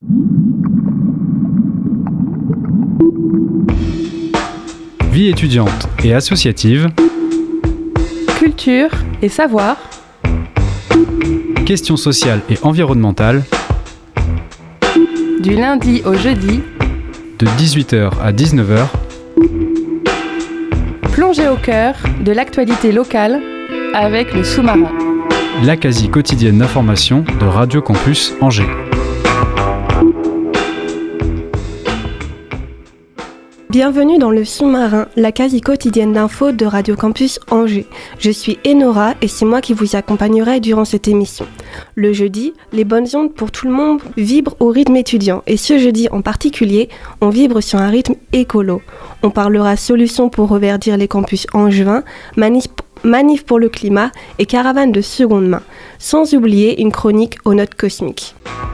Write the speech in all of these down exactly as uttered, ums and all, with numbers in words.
Vie étudiante et associative. Culture et savoir. Questions sociales et environnementales. Du lundi au jeudi. De dix-huit heures à dix-neuf heures. Plongée au cœur de l'actualité locale avec le sous-marin. La quasi quotidienne d'information de Radio Campus Angers. Bienvenue dans le sous-marin, la quasi quotidienne d'infos de Radio Campus Angers. Je suis Enora et c'est moi qui vous accompagnerai durant cette émission. Le jeudi, les bonnes ondes pour tout le monde vibrent au rythme étudiant et ce jeudi en particulier, on vibre sur un rythme écolo. On parlera solutions pour reverdir les campus angevins, manif, manif pour le climat et caravane de seconde main, sans oublier une chronique aux notes cosmiques.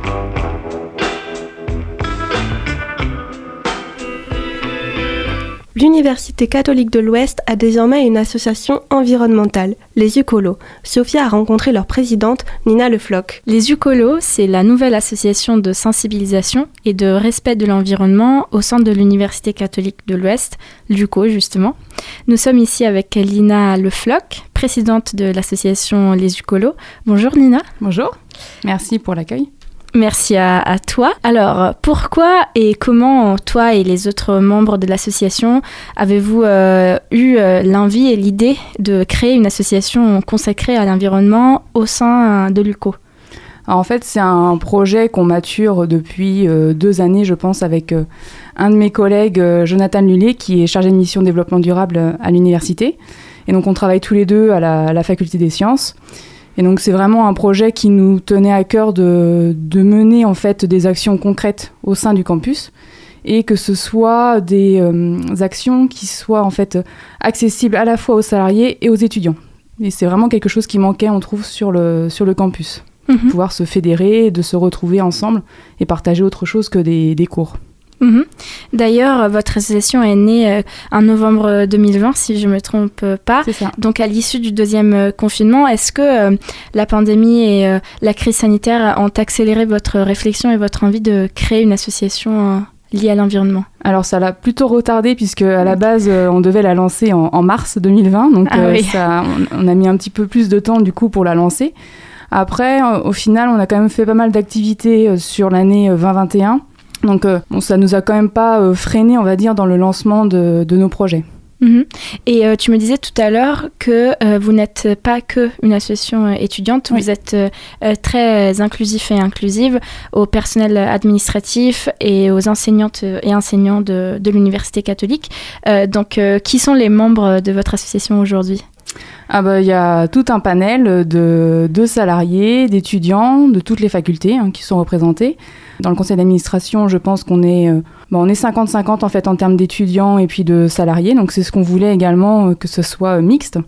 L'Université catholique de l'Ouest a désormais une association environnementale, les Ucolos. Sophia a rencontré leur présidente, Nina Le Floch. Les Ucolos, c'est la nouvelle association de sensibilisation et de respect de l'environnement au sein de l'Université catholique de l'Ouest, l'U C O justement. Nous sommes ici avec Nina Le Floch, présidente de l'association Les Ucolos. Bonjour Nina. Bonjour, merci pour l'accueil. Merci à, à toi. Alors, pourquoi et comment toi et les autres membres de l'association avez-vous euh, eu euh, l'envie et l'idée de créer une association consacrée à l'environnement au sein de l'U C O ? Alors, en fait, c'est un projet qu'on mature depuis euh, deux années, je pense, avec euh, un de mes collègues, euh, Jonathan Lullet, qui est chargé de mission développement durable euh, à l'université. Et donc, on travaille tous les deux à la, à la faculté des sciences. Et donc, c'est vraiment un projet qui nous tenait à cœur de, de mener en fait des actions concrètes au sein du campus et que ce soit des euh, actions qui soient en fait accessibles à la fois aux salariés et aux étudiants. Et c'est vraiment quelque chose qui manquait, on trouve, sur le, sur le campus. Mmh. Pouvoir se fédérer, de se retrouver ensemble et partager autre chose que des, des cours. Mmh. D'ailleurs, votre association est née euh, en novembre deux mille vingt, si je ne me trompe pas. C'est ça. Donc, à l'issue du deuxième euh, confinement, est-ce que euh, la pandémie et euh, la crise sanitaire ont accéléré votre réflexion et votre envie de créer une association euh, liée à l'environnement ? Alors, ça l'a plutôt retardé puisque à la base, euh, on devait la lancer en, en mars deux mille vingt. Donc, ah, euh, oui. ça, on, on a mis un petit peu plus de temps du coup pour la lancer. Après, euh, au final, on a quand même fait pas mal d'activités euh, sur l'année euh, vingt vingt et un. Donc, euh, bon, ça nous a quand même pas euh, freiné, on va dire, dans le lancement de, de nos projets. Mmh. Et euh, tu me disais tout à l'heure que euh, vous n'êtes pas que une association euh, étudiante, oui. Vous êtes euh, très inclusif et inclusive au personnel administratif et aux enseignantes et enseignants de, de l'Université catholique. Euh, donc, euh, qui sont les membres de votre association aujourd'hui ? Ah bah, y a tout un panel de, de salariés, d'étudiants, de toutes les facultés hein, qui sont représentés. Dans le conseil d'administration, je pense qu'on est, euh, bah, on est cinquante cinquante en fait en termes d'étudiants et puis de salariés. Donc c'est ce qu'on voulait également, euh, que ce soit euh, mixte.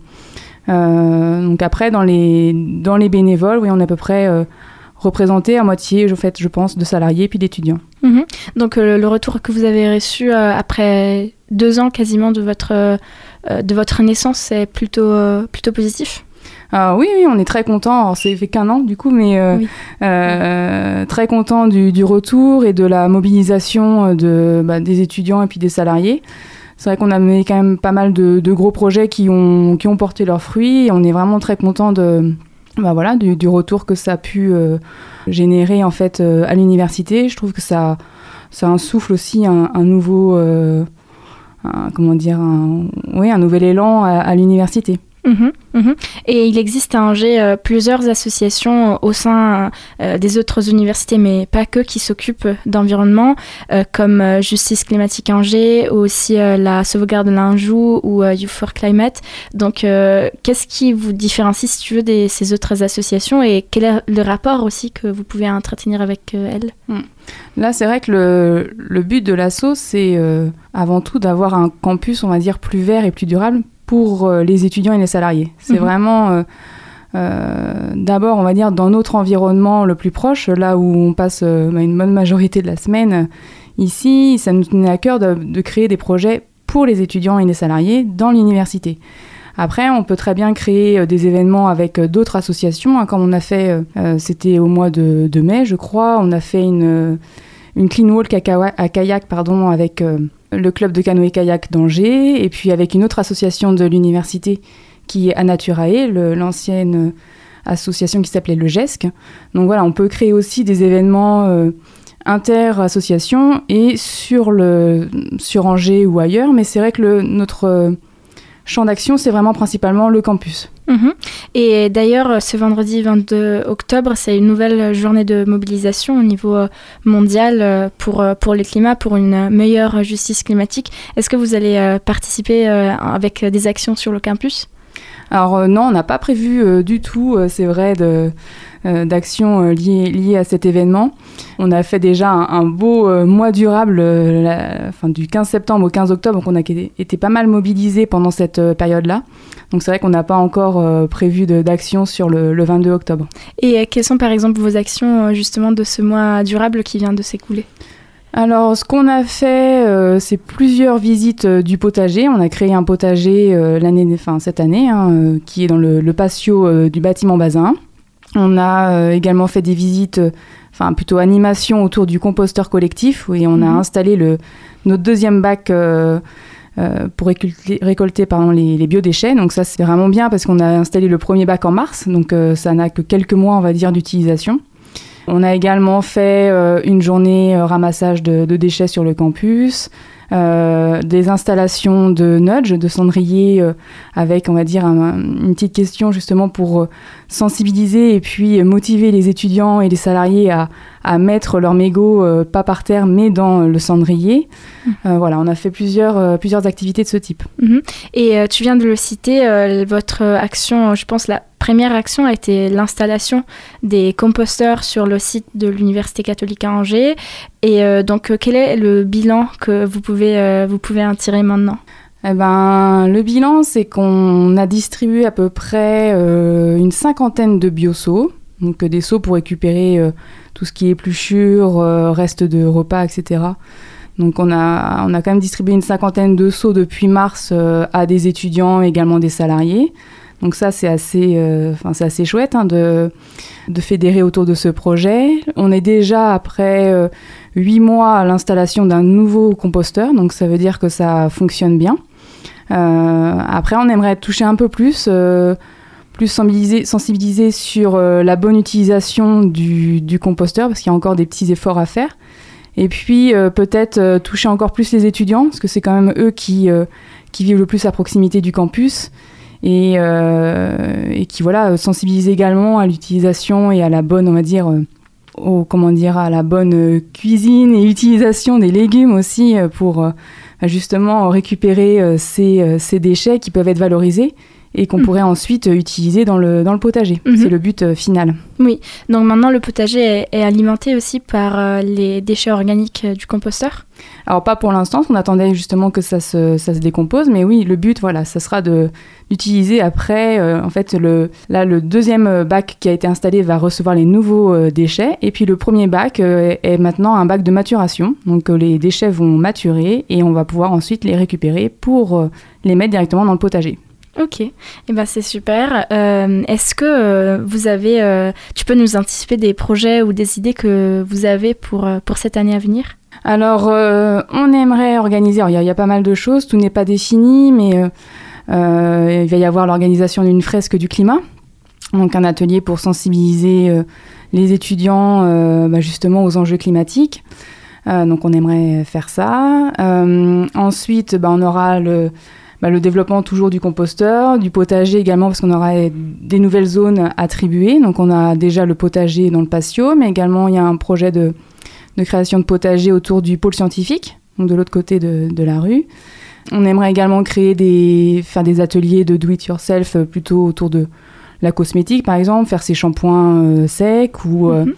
Euh, donc après, dans les, dans les bénévoles, oui, on est à peu près euh, représentés à moitié, en fait, je pense, de salariés et puis d'étudiants. Mmh. Donc euh, le retour que vous avez reçu euh, après deux ans quasiment de votre, euh, de votre naissance est plutôt, euh, plutôt positif ? Ah, oui, oui, on est très contents. Alors, c'est fait qu'un an du coup, mais euh, oui. euh, très contents du, du retour et de la mobilisation de, bah, des étudiants et puis des salariés. C'est vrai qu'on a mené quand même pas mal de, de gros projets qui ont, qui ont porté leurs fruits. Et on est vraiment très contents de, bah, voilà, du, du retour que ça a pu euh, générer en fait, euh, à l'université. Je trouve que ça, ça insouffle aussi un, un nouveau, euh, un, comment dire, un, oui, un nouvel élan à, à l'université. Mmh, mmh. Et il existe à Angers euh, plusieurs associations au sein euh, des autres universités, mais pas que, qui s'occupent d'environnement, euh, comme euh, Justice Climatique Angers, ou aussi euh, la Sauvegarde de l'Anjou ou euh, Youth for Climate. Donc, euh, qu'est-ce qui vous différencie, si tu veux, de ces autres associations et quel est le rapport aussi que vous pouvez entretenir avec euh, elles ? mmh. Là, c'est vrai que le, le but de l'asso, c'est euh, avant tout d'avoir un campus, on va dire, plus vert et plus durable pour euh, les étudiants et les salariés. C'est mmh. vraiment, euh, euh, d'abord, on va dire, dans notre environnement le plus proche, là où on passe euh, une bonne majorité de la semaine. Ici, ça nous tenait à cœur de, de créer des projets pour les étudiants et les salariés dans l'université. Après, on peut très bien créer euh, des événements avec euh, d'autres associations, hein, comme on a fait, euh, c'était au mois de, de mai, je crois, on a fait une... Euh, une clean walk à, kawa- à kayak pardon, avec euh, le club de canoë-kayak d'Angers, et puis avec une autre association de l'université qui est Anaturae, le, l'ancienne association qui s'appelait le G E S C. Donc voilà, on peut créer aussi des événements euh, inter-associations et sur, le, sur Angers ou ailleurs, mais c'est vrai que le, notre euh, champ d'action, c'est vraiment principalement le campus. Mmh. Et d'ailleurs, ce vendredi vingt-deux octobre, c'est une nouvelle journée de mobilisation au niveau mondial pour, pour le climat, pour une meilleure justice climatique. Est-ce que vous allez participer avec des actions sur le campus ? Alors euh, non, on n'a pas prévu euh, du tout, euh, c'est vrai, de, euh, d'actions euh, liées, liées à cet événement. On a fait déjà un, un beau euh, mois durable, euh, la, enfin, du quinze septembre au quinze octobre, donc on a été, été pas mal mobilisés pendant cette euh, période-là. Donc c'est vrai qu'on n'a pas encore euh, prévu de, d'actions sur le, le vingt-deux octobre. Et euh, quelles sont par exemple vos actions justement de ce mois durable qui vient de s'écouler ? Alors, ce qu'on a fait, euh, c'est plusieurs visites euh, du potager. On a créé un potager euh, l'année, enfin, cette année, hein, euh, qui est dans le, le patio euh, du bâtiment Bazin. On a euh, également fait des visites, euh, enfin plutôt animation autour du composteur collectif, où on mmh. a installé le, notre deuxième bac euh, euh, pour récolter, récolter pardon, les, les biodéchets. Donc ça, c'est vraiment bien parce qu'on a installé le premier bac en mars, donc euh, ça n'a que quelques mois, on va dire, d'utilisation. On a également fait euh, une journée euh, ramassage de, de déchets sur le campus, euh, des installations de nudge, de cendriers, euh, avec, on va dire, un, une petite question justement pour euh, sensibiliser et puis motiver les étudiants et les salariés à, à mettre leur mégot, euh, pas par terre, mais dans le cendrier. Mmh. Euh, voilà, on a fait plusieurs, euh, plusieurs activités de ce type. Mmh. Et euh, tu viens de le citer, euh, votre action, je pense, la première action a été l'installation des composteurs sur le site de l'Université catholique à Angers. Et euh, donc, quel est le bilan que vous pouvez, euh, vous pouvez en tirer maintenant ? Eh ben, le bilan, c'est qu'on a distribué à peu près euh, une cinquantaine de bioseaux, donc des seaux pour récupérer euh, tout ce qui est épluchures, euh, restes de repas, et cetera. Donc on a, on a quand même distribué une cinquantaine de seaux depuis mars euh, à des étudiants, également des salariés. Donc ça, c'est assez, euh, enfin, c'est assez chouette hein, de, de fédérer autour de ce projet. On est déjà après euh, huit mois à l'installation d'un nouveau composteur, donc ça veut dire que ça fonctionne bien. Euh, après, on aimerait toucher un peu plus, euh, plus sensibiliser, sensibiliser sur euh, la bonne utilisation du, du composteur, parce qu'il y a encore des petits efforts à faire. Et puis euh, peut-être euh, toucher encore plus les étudiants, parce que c'est quand même eux qui, euh, qui vivent le plus à proximité du campus. Et, euh, et qui voilà sensibilise également à l'utilisation et à la bonne on va dire euh, au, comment dire à la bonne euh, cuisine et utilisation des légumes aussi euh, pour euh, justement récupérer euh, ces, euh, ces déchets qui peuvent être valorisés et qu'on mmh. pourrait ensuite euh, utiliser dans le, dans le potager. Mmh. C'est le but euh, final. Oui, donc maintenant le potager est, est alimenté aussi par euh, les déchets organiques euh, du composteur ? Alors pas pour l'instant, on attendait justement que ça se, ça se décompose, mais oui, le but, voilà, ça sera de, d'utiliser après, euh, en fait, le, là, le deuxième bac qui a été installé va recevoir les nouveaux euh, déchets, et puis le premier bac euh, est maintenant un bac de maturation, donc euh, les déchets vont maturer, et on va pouvoir ensuite les récupérer pour euh, les mettre directement dans le potager. Ok, eh ben, c'est super. Euh, est-ce que euh, vous avez, euh, tu peux nous anticiper des projets ou des idées que vous avez pour, pour cette année à venir ? Alors, euh, on aimerait organiser, il y, y a pas mal de choses, tout n'est pas défini, mais euh, euh, il va y avoir l'organisation d'une fresque du climat, donc un atelier pour sensibiliser euh, les étudiants euh, bah, justement aux enjeux climatiques. Euh, donc, on aimerait faire ça. Euh, ensuite, bah, on aura le... Bah, le développement toujours du composteur, du potager également parce qu'on aura des nouvelles zones attribuées. Donc on a déjà le potager dans le patio, mais également il y a un projet de, de création de potager autour du pôle scientifique, donc de l'autre côté de, de la rue. On aimerait également créer des, faire des ateliers de do-it-yourself plutôt autour de la cosmétique par exemple, faire ses shampoings euh, secs ou euh, mm-hmm.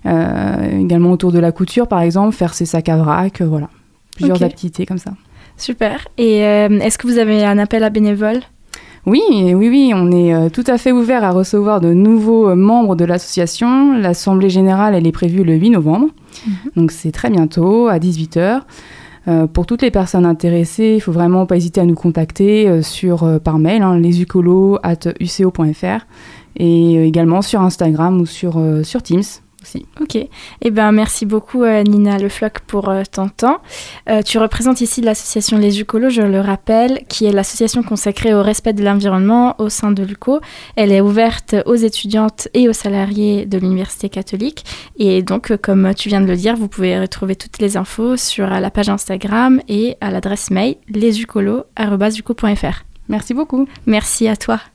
euh, également autour de la couture par exemple, faire ses sacs à vrac, euh, voilà, plusieurs okay. activités comme ça. Super. Et euh, est-ce que vous avez un appel à bénévoles ? Oui, oui, oui, on est euh, tout à fait ouvert à recevoir de nouveaux euh, membres de l'association. L'Assemblée générale, elle est prévue le huit novembre, mmh. donc c'est très bientôt, à dix-huit heures. Euh, pour toutes les personnes intéressées, il ne faut vraiment pas hésiter à nous contacter euh, sur, euh, par mail, hein, lesucolo arobase u c o point f r et euh, également sur Instagram ou sur, euh, sur Teams. souci. Ok. Eh ben, merci beaucoup euh, Nina Le Floch pour euh, ton temps. Euh, tu représentes ici l'association Les Ucolos, je le rappelle, qui est l'association consacrée au respect de l'environnement au sein de l'U C O. Elle est ouverte aux étudiantes et aux salariés de l'Université catholique. Et donc, euh, comme tu viens de le dire, vous pouvez retrouver toutes les infos sur euh, la page Instagram et à l'adresse mail lesucolos arobase uco point f r. Merci beaucoup. Merci à toi.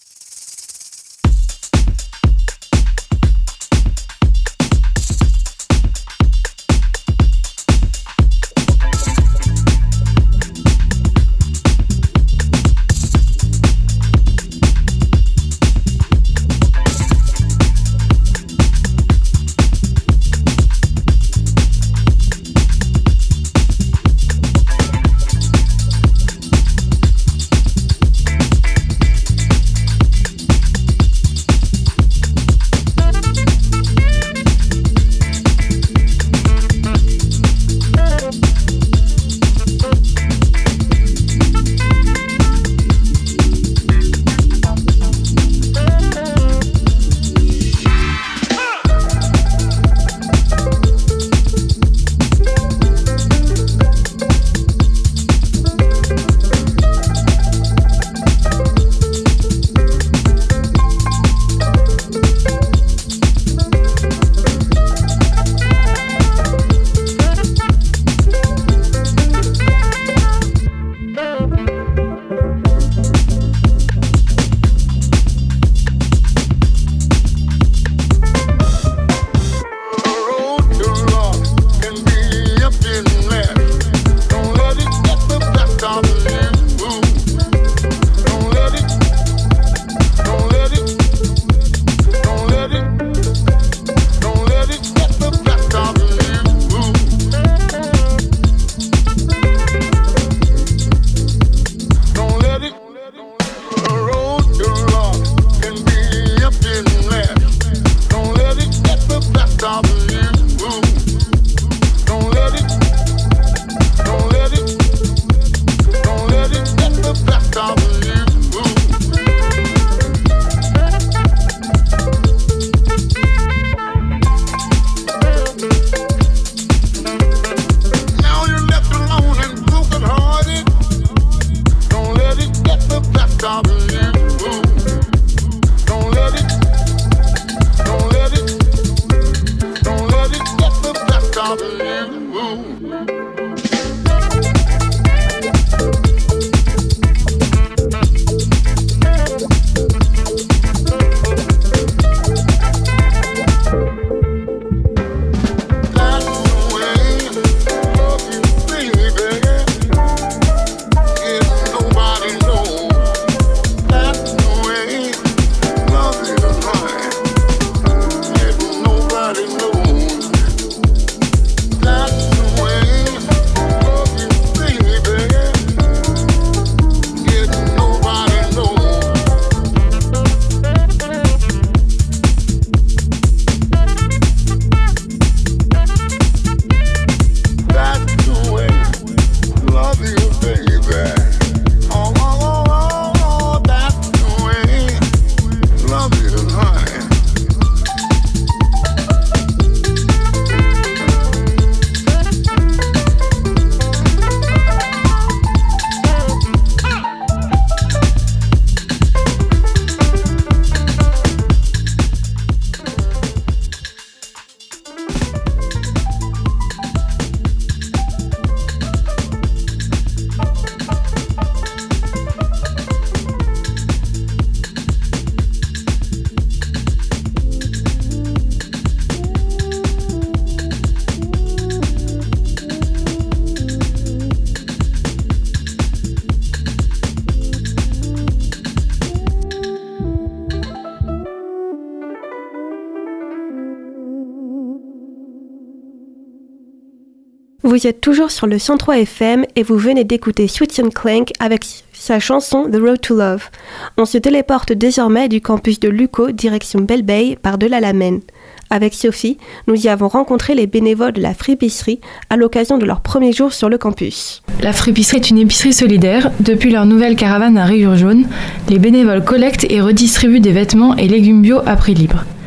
Vous êtes toujours sur le cent trois F M et vous venez d'écouter Sweet and Clank avec sa chanson The Road to Love. On se téléporte désormais du campus de l'U C O direction Belle Bay par-delà la Maine. Avec Sophie, nous y avons rencontré les bénévoles de la fripisserie à l'occasion de leur premier jour sur le campus. La fripisserie est une épicerie solidaire. Depuis leur nouvelle caravane à rayures jaunes, les bénévoles collectent et redistribuent des vêtements et légumes bio à prix libre.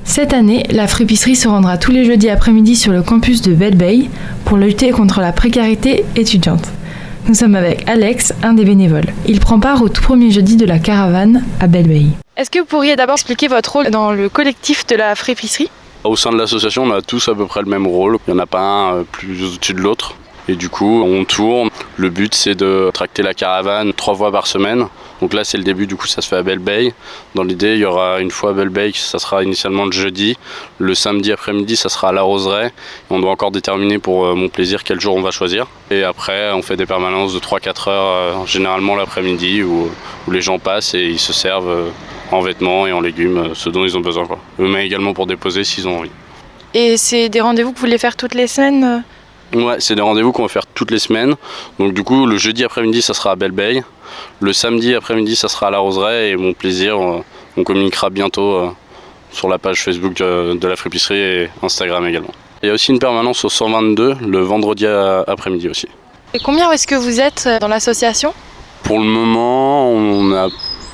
Cette année, la fripisserie se rendra tous les jeudis après-midi sur le campus de Belle-Bay pour lutter contre la précarité étudiante. Nous sommes avec Alex, un des bénévoles. Il prend part au tout premier jeudi de la caravane à Belle-Bay. Est-ce que vous pourriez d'abord expliquer votre rôle dans le collectif de la fripisserie ? Au sein de l'association, on a tous à peu près le même rôle. Il n'y en a pas un plus au-dessus de l'autre. Et du coup, on tourne. Le but, c'est de tracter la caravane trois fois par semaine. Donc là, c'est le début, du coup, ça se fait à Belle-Bay. Dans l'idée, il y aura une fois à Belle-Bay, ça sera initialement le jeudi. Le samedi après-midi, ça sera à la Roseraie. On doit encore déterminer pour euh, mon plaisir quel jour on va choisir. Et après, on fait des permanences de trois à quatre heures, euh, généralement l'après-midi, où, où les gens passent et ils se servent euh, en vêtements et en légumes, euh, ce dont ils ont besoin, quoi. Eux, mais également pour déposer s'ils ont envie. Et c'est des rendez-vous que vous voulez faire toutes les semaines ? Ouais, c'est des rendez-vous qu'on va faire toutes les semaines. Donc du coup, le jeudi après-midi, ça sera à Belle-Bay. Le samedi après-midi, ça sera à la Roseraie. Et mon plaisir, on communiquera bientôt sur la page Facebook de la fripisserie et Instagram également. Il y a aussi une permanence au cent vingt-deux, le vendredi après-midi aussi. Et combien est-ce que vous êtes dans l'association ? Pour le moment, on a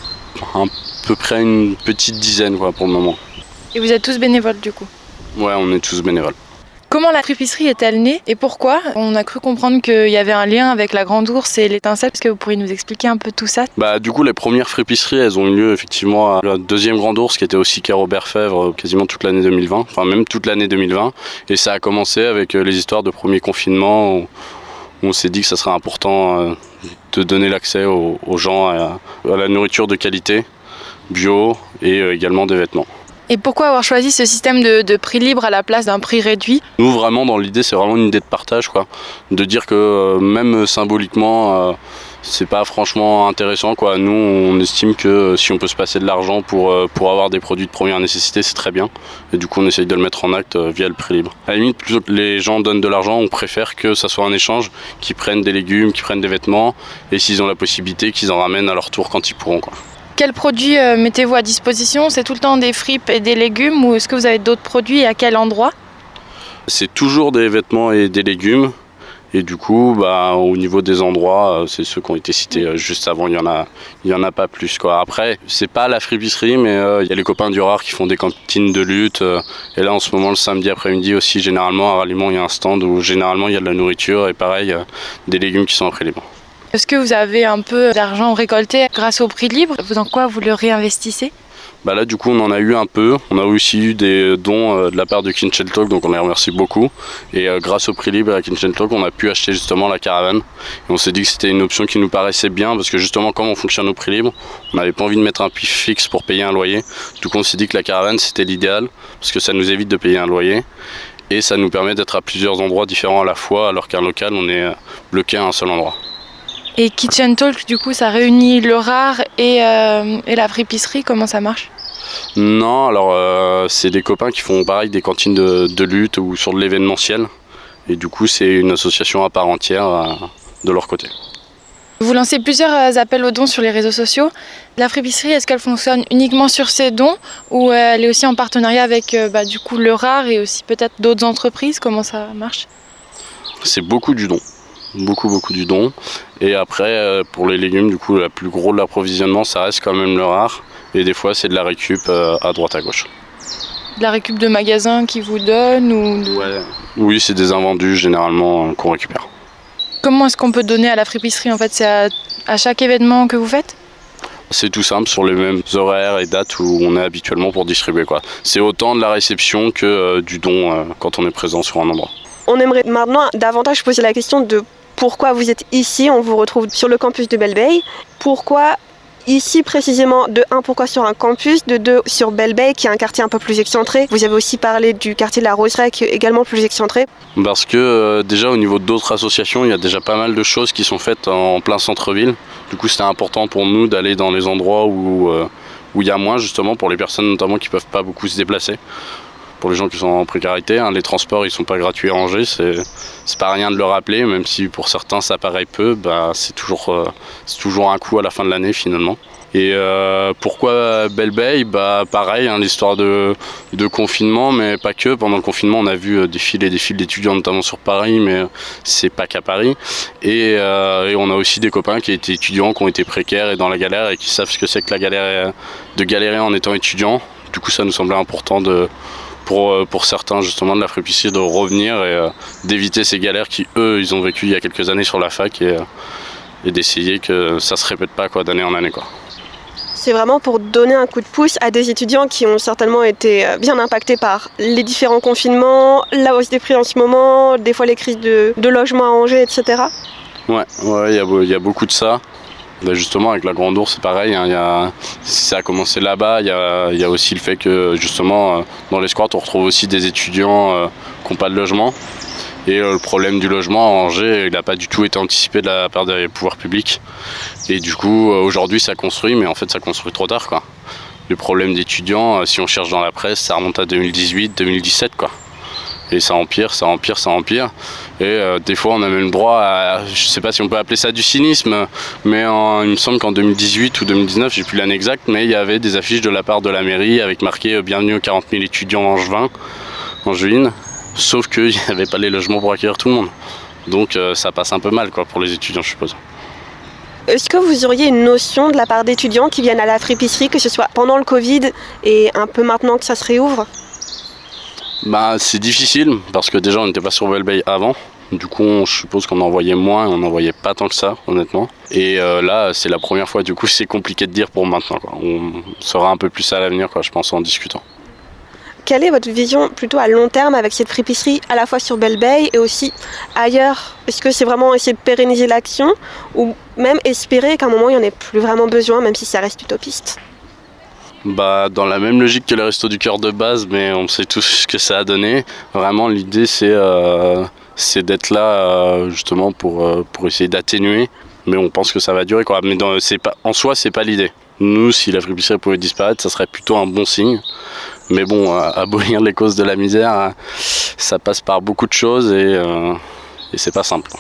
à peu près une petite dizaine, quoi, pour le moment. Et vous êtes tous bénévoles du coup ? Ouais, on est tous bénévoles. Comment la fripisserie est-elle née et pourquoi ? On a cru comprendre qu'il y avait un lien avec la Grande Ourse et l'étincelle. Est-ce que vous pourriez nous expliquer un peu tout ça ? Bah, du coup, les premières fripisseries, elles ont eu lieu effectivement à la deuxième Grande Ourse qui était aussi quai Robert-Fèvre quasiment toute l'année deux mille vingt, enfin même toute l'année deux mille vingt. Et ça a commencé avec les histoires de premier confinement où on s'est dit que ça serait important de donner l'accès aux gens à la nourriture de qualité, bio et également des vêtements. Et pourquoi avoir choisi ce système de, de prix libre à la place d'un prix réduit ? Nous, vraiment, dans l'idée, c'est vraiment une idée de partage, quoi. De dire que euh, même symboliquement, euh, c'est pas franchement intéressant, quoi. Nous, on estime que euh, si on peut se passer de l'argent pour, euh, pour avoir des produits de première nécessité, c'est très bien. Et du coup, on essaye de le mettre en acte euh, via le prix libre. À la limite, plutôt que les gens donnent de l'argent, on préfère que ça soit un échange, qu'ils prennent des légumes, qu'ils prennent des vêtements, et s'ils ont la possibilité, qu'ils en ramènent à leur tour quand ils pourront, quoi. Quels produits euh, mettez-vous à disposition ? C'est tout le temps des fripes et des légumes ou est-ce que vous avez d'autres produits et à quel endroit ? C'est toujours des vêtements et des légumes. Et du coup, bah, au niveau des endroits, c'est ceux qui ont été cités juste avant, il y en a, il y en a pas plus, quoi. Après, c'est pas la fripisserie, mais euh, il y a les copains du Rare qui font des cantines de lutte. Euh, et là, en ce moment, le samedi après-midi aussi, généralement, à Ralliement, il y a un stand où généralement, il y a de la nourriture et pareil, euh, des légumes qui sont à prix libre. Est-ce que vous avez un peu d'argent récolté grâce au prix libre ? Dans quoi vous le réinvestissez ? Bah là, du coup, on en a eu un peu. On a aussi eu des dons euh, de la part de Kinshel Talk, donc on les remercie beaucoup. Et euh, grâce au prix libre à Kinshel Talk, on a pu acheter justement la caravane. Et on s'est dit que c'était une option qui nous paraissait bien, parce que justement, comme on fonctionne au prix libre, on n'avait pas envie de mettre un prix fixe pour payer un loyer. Du coup, on s'est dit que la caravane, c'était l'idéal, parce que ça nous évite de payer un loyer. Et ça nous permet d'être à plusieurs endroits différents à la fois, alors qu'un local, on est bloqué à un seul endroit. Et Kitchen Talk, du coup, ça réunit le Rare et, euh, et la fripisserie, comment ça marche ? Non, alors euh, c'est des copains qui font pareil des cantines de, de lutte ou sur de l'événementiel. Et du coup, c'est une association à part entière euh, de leur côté. Vous lancez plusieurs appels aux dons sur les réseaux sociaux. La fripisserie, est-ce qu'elle fonctionne uniquement sur ces dons ou elle est aussi en partenariat avec bah, du coup, le Rare et aussi peut-être d'autres entreprises ? Comment ça marche ? C'est beaucoup du don. Beaucoup beaucoup du don. Et après pour les légumes, du coup, la plus gros de l'approvisionnement, ça reste quand même le Rare. Et des fois c'est de la récup à droite à gauche. De la récup de magasins qui vous donnent ou de... Ouais. Oui, c'est des invendus généralement qu'on récupère. Comment est-ce qu'on peut donner à la fripisserie ? En fait, c'est à, à chaque événement que vous faites ? C'est tout simple, sur les mêmes horaires et dates où on est habituellement pour distribuer, quoi. C'est autant de la réception que euh, du don euh, quand on est présent sur un endroit. On aimerait maintenant davantage poser la question de pourquoi vous êtes ici. On vous retrouve sur le campus de Belle-Bay. Pourquoi ici précisément? De un, pourquoi sur un campus? De deux, sur Belle-Bay qui est un quartier un peu plus excentré. Vous avez aussi parlé du quartier de la Roseraie qui est également plus excentré. Parce que euh, déjà au niveau d'autres associations, il y a déjà pas mal de choses qui sont faites en plein centre-ville. Du coup, c'était important pour nous d'aller dans les endroits où euh, où il y a moins, justement pour les personnes notamment qui peuvent pas beaucoup se déplacer. Pour les gens qui sont en précarité, hein, les transports ils sont pas gratuits à Angers, c'est, c'est pas rien de le rappeler, même si pour certains ça paraît peu, bah, c'est, toujours, euh, c'est toujours un coup à la fin de l'année finalement. Et euh, pourquoi Belle-Bay? Bah pareil, hein, l'histoire de, de confinement, mais pas que. Pendant le confinement, on a vu euh, des files et des files d'étudiants, notamment sur Paris, mais euh, c'est pas qu'à Paris. Et, euh, et on a aussi des copains qui étaient étudiants, qui ont été précaires et dans la galère et qui savent ce que c'est que la galère, de galérer en étant étudiant, du coup ça nous semblait important de, pour, pour certains justement de la frépisserie de revenir et euh, d'éviter ces galères qui eux ils ont vécu il y a quelques années sur la fac et, euh, et d'essayer que ça se répète pas quoi, d'année en année quoi. C'est vraiment pour donner un coup de pouce à des étudiants qui ont certainement été bien impactés par les différents confinements, la hausse des prix en ce moment, des fois les crises de, de logement à Angers, et cetera. Ouais, ouais, il y, y a beaucoup de ça. Ben justement, avec la Grande Ourse, c'est pareil. Hein, y a, ça a commencé là-bas. Il y a, y a aussi le fait que, justement, dans les squats, on retrouve aussi des étudiants euh, qui n'ont pas de logement. Et euh, le problème du logement à Angers, il n'a pas du tout été anticipé de la part des pouvoirs publics. Et du coup, euh, aujourd'hui, ça construit, mais en fait, ça construit trop tard, quoi. Le problème d'étudiants, euh, si on cherche dans la presse, ça remonte à deux mille dix-huit, deux mille dix-sept, quoi. Et ça empire, ça empire, ça empire. Et euh, des fois, on a même droit à, je sais pas si on peut appeler ça du cynisme, mais en, il me semble qu'en deux mille dix-huit ou deux mille dix-neuf, j'ai plus l'année exacte, mais il y avait des affiches de la part de la mairie avec marqué euh, « Bienvenue aux quarante mille étudiants angevins », angevines. Sauf qu'il n'y avait pas les logements pour accueillir tout le monde. Donc euh, ça passe un peu mal quoi, pour les étudiants, je suppose. Est-ce que vous auriez une notion de la part d'étudiants qui viennent à la frépisserie, que ce soit pendant le Covid et un peu maintenant que ça se réouvre ? Bah, c'est difficile parce que déjà on n'était pas sur Belle-Bay avant. Du coup, on, je suppose qu'on en voyait moins, on n'en voyait pas tant que ça, honnêtement. Et euh, là, c'est la première fois, du coup, c'est compliqué de dire pour maintenant, quoi. On saura un peu plus à l'avenir, quoi, je pense, en discutant. Quelle est votre vision plutôt à long terme avec cette frépisserie, à la fois sur Belle-Bay et aussi ailleurs ? Est-ce que c'est vraiment essayer de pérenniser l'action ou même espérer qu'à un moment il n'y en ait plus vraiment besoin, même si ça reste utopiste ? Bah, dans la même logique que le Resto du Cœur de base, mais on sait tous ce que ça a donné. Vraiment, l'idée c'est, euh, c'est d'être là euh, justement pour, euh, pour essayer d'atténuer. Mais on pense que ça va durer, quoi. Mais dans, c'est pas, en soi, c'est pas l'idée. Nous, si la frépisserie pouvait disparaître, ça serait plutôt un bon signe. Mais bon, euh, abolir les causes de la misère, euh, ça passe par beaucoup de choses et, euh, et c'est pas simple.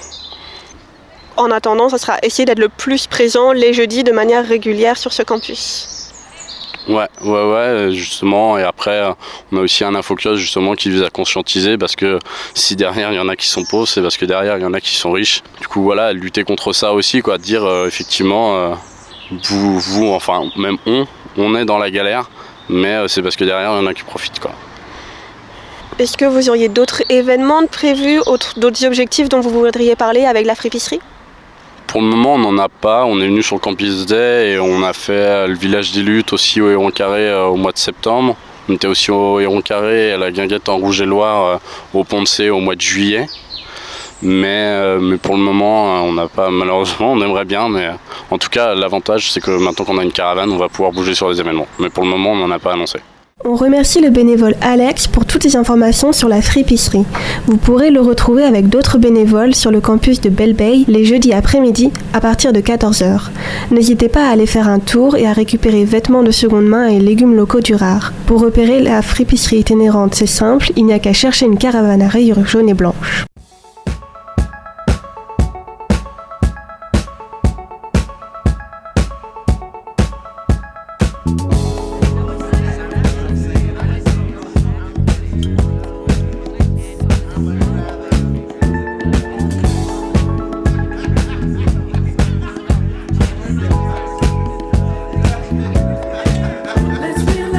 En attendant, ça sera essayer d'être le plus présent les jeudis de manière régulière sur ce campus. Ouais, ouais, ouais, justement. Et après, on a aussi un infokiosque justement qui vise à conscientiser parce que si derrière il y en a qui sont pauvres, c'est parce que derrière il y en a qui sont riches. Du coup, voilà, lutter contre ça aussi, quoi. Dire euh, effectivement, euh, vous, vous, enfin, même on, on est dans la galère, mais euh, c'est parce que derrière il y en a qui profitent, quoi. Est-ce que vous auriez d'autres événements prévus, autres, d'autres objectifs dont vous voudriez parler avec la frépisserie ? Pour le moment, on n'en a pas. On est venu sur le Campus Day et on a fait le village des luttes aussi au Héron Carré euh, au mois de septembre. On était aussi au Héron Carré et à la Guinguette en Rouge et Loire euh, au Pont de C au mois de juillet. Mais, euh, mais pour le moment, on n'a pas, malheureusement, on aimerait bien. Mais euh, en tout cas, l'avantage, c'est que maintenant qu'on a une caravane, on va pouvoir bouger sur les événements. Mais pour le moment, on n'en a pas annoncé. On remercie le bénévole Alex pour toutes les informations sur la frépisserie. Vous pourrez le retrouver avec d'autres bénévoles sur le campus de Belle-Bay les jeudis après-midi à partir de quatorze heures. N'hésitez pas à aller faire un tour et à récupérer vêtements de seconde main et légumes locaux du rare. Pour repérer la frépisserie itinérante, c'est simple, il n'y a qu'à chercher une caravane à rayures jaunes et blanches.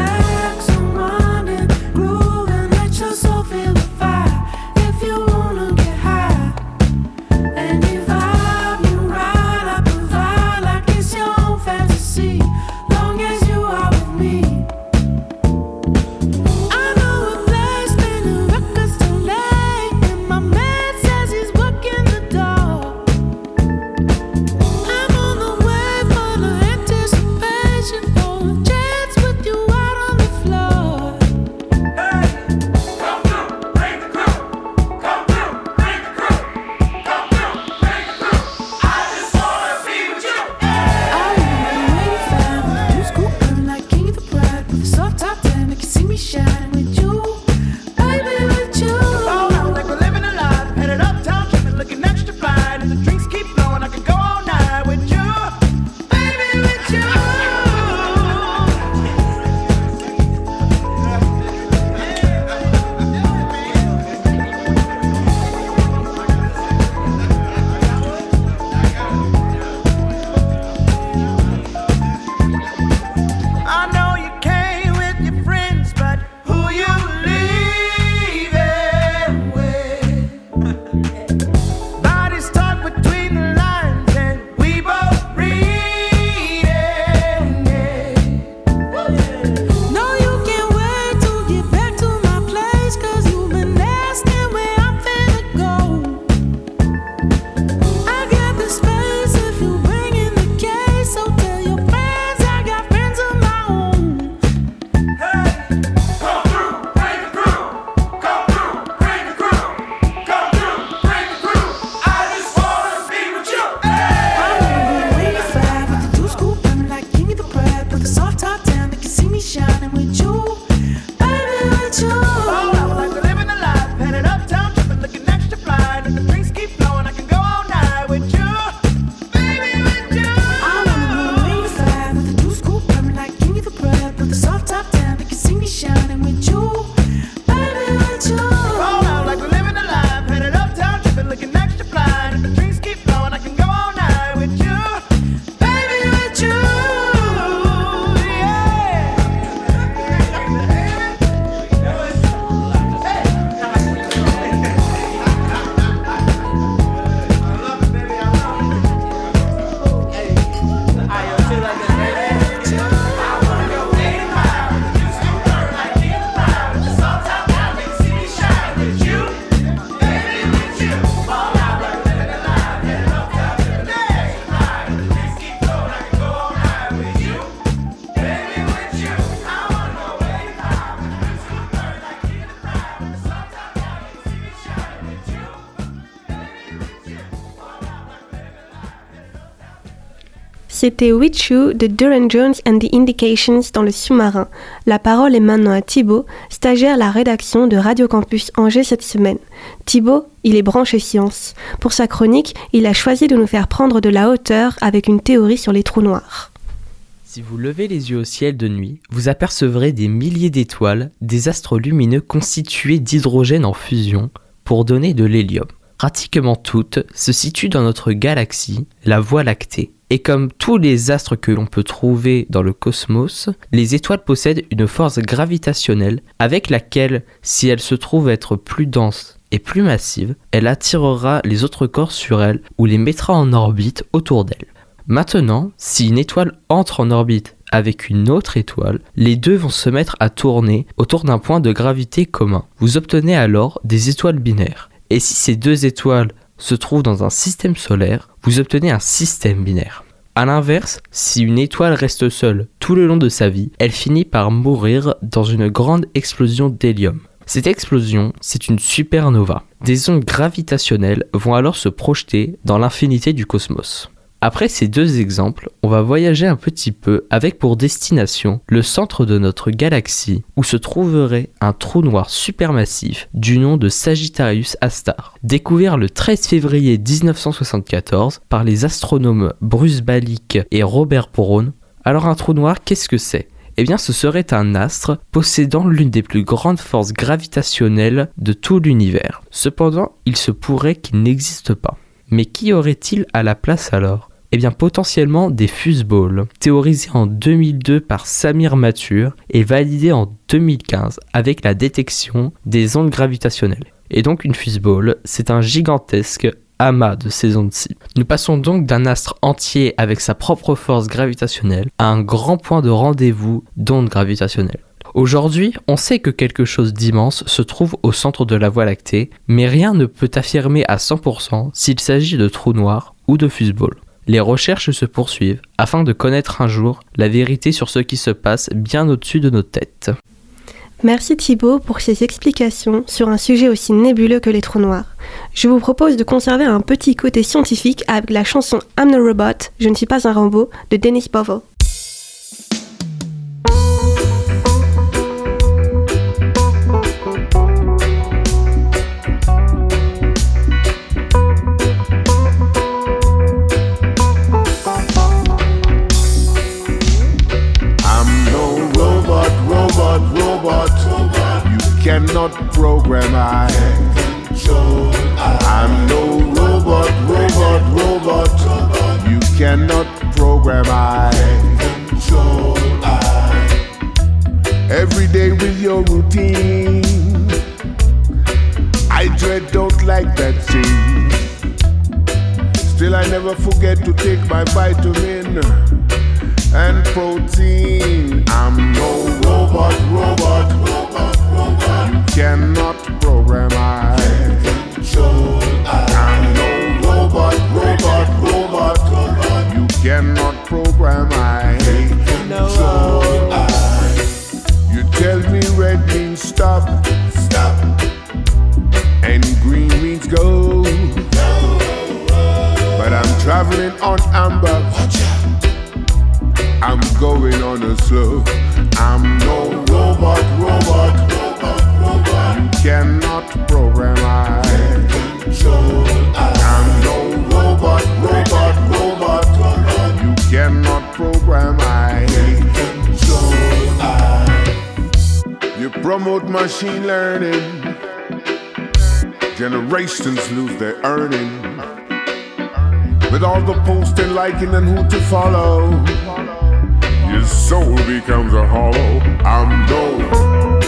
Let's relax and run it, groove and let your soul feel the fire. If you wanna C'était With You de Duran Jones and the Indications dans le sous-marin. La parole est maintenant à Thibaut, stagiaire à la rédaction de Radio Campus Angers cette semaine. Thibaut, il est branché science. Pour sa chronique, il a choisi de nous faire prendre de la hauteur avec une théorie sur les trous noirs. Si vous levez les yeux au ciel de nuit, vous apercevrez des milliers d'étoiles, des astres lumineux constitués d'hydrogène en fusion pour donner de l'hélium. Pratiquement toutes se situent dans notre galaxie, la Voie lactée. Et comme tous les astres que l'on peut trouver dans le cosmos, les étoiles possèdent une force gravitationnelle avec laquelle, si elle se trouve être plus dense et plus massive, elle attirera les autres corps sur elle ou les mettra en orbite autour d'elle. Maintenant, si une étoile entre en orbite avec une autre étoile, les deux vont se mettre à tourner autour d'un point de gravité commun. Vous obtenez alors des étoiles binaires. Et si ces deux étoiles se trouvent dans un système solaire, vous obtenez un système binaire. A l'inverse, si une étoile reste seule tout le long de sa vie, elle finit par mourir dans une grande explosion d'hélium. Cette explosion, c'est une supernova. Des ondes gravitationnelles vont alors se projeter dans l'infinité du cosmos. Après ces deux exemples, on va voyager un petit peu avec pour destination le centre de notre galaxie où se trouverait un trou noir supermassif du nom de Sagittarius A star, découvert le treize février dix-neuf cent soixante-quatorze par les astronomes Bruce Balick et Robert Brown. Alors un trou noir, qu'est-ce que c'est ? Eh bien ce serait un astre possédant l'une des plus grandes forces gravitationnelles de tout l'univers. Cependant, il se pourrait qu'il n'existe pas. Mais qui aurait-il à la place alors ? Eh bien potentiellement des fuseballs, théorisés en deux mille deux par Samir Mathur et validés en deux mille quinze avec la détection des ondes gravitationnelles. Et donc une fuseball, c'est un gigantesque amas de ces ondes-ci. Nous passons donc d'un astre entier avec sa propre force gravitationnelle à un grand point de rendez-vous d'ondes gravitationnelles. Aujourd'hui, on sait que quelque chose d'immense se trouve au centre de la Voie lactée, mais rien ne peut affirmer à cent pour cent s'il s'agit de trous noirs ou de fuseballs. Les recherches se poursuivent afin de connaître un jour la vérité sur ce qui se passe bien au-dessus de nos têtes. Merci Thibaut pour ces explications sur un sujet aussi nébuleux que les trous noirs. Je vous propose de conserver un petit côté scientifique avec la chanson I'm no robot, je ne suis pas un robot de Dennis Bovell. Cannot program I control I. I'm no robot, robot, robot. You cannot program I control I. Every day with your routine, I dread, don't like that thing. Still I never forget to take my vitamin and protein. I'm no robot, robot, robot. You cannot program I control I. I'm no robot, robot, robot. You cannot program I control I. You tell me red means stop, stop, and green means go. But I'm traveling on amber, I'm going on a slow. I'm no robot, robot. You cannot program I control I. I'm no robot, robot, robot. You cannot program I control I. You promote machine learning, generations lose their earning. With all the posting, liking, and who to follow, your soul becomes a hollow. I'm no.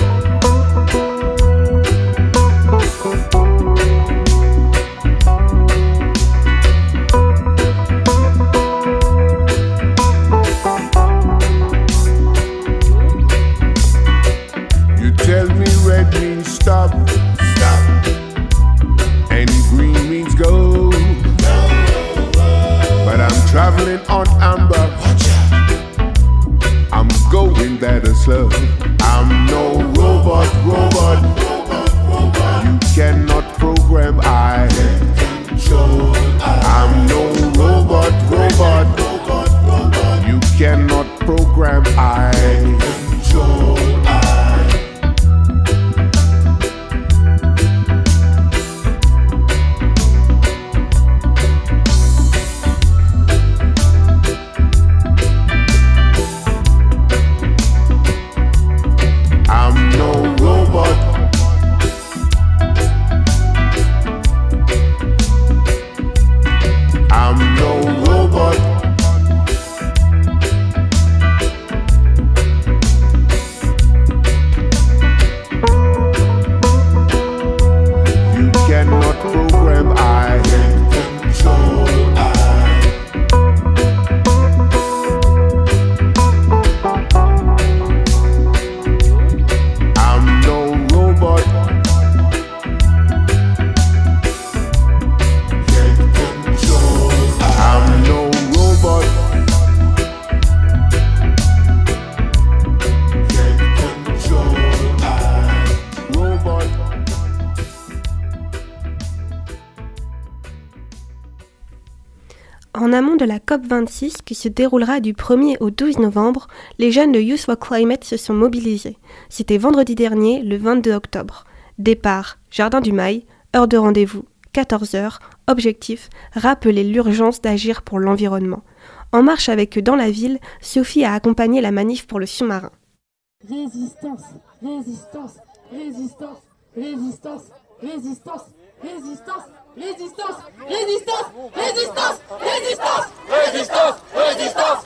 Stop, stop, and green means go. But I'm traveling on amber, I'm going better slow. I'm no robot, robot. You cannot program I control. I'm no robot, robot. En amont de la COP vingt-six, qui se déroulera du premier au douze novembre, les jeunes de Youth for Climate se sont mobilisés. C'était vendredi dernier, le vingt-deux octobre. Départ, Jardin du Mail, heure de rendez-vous, quatorze heures, objectif, rappeler l'urgence d'agir pour l'environnement. En marche avec eux dans la ville, Sophie a accompagné la manif pour le sous-marin. Résistance, résistance, résistance, résistance, résistance, résistance, résistance, résistance, résistance, résistance, résistance, résistance.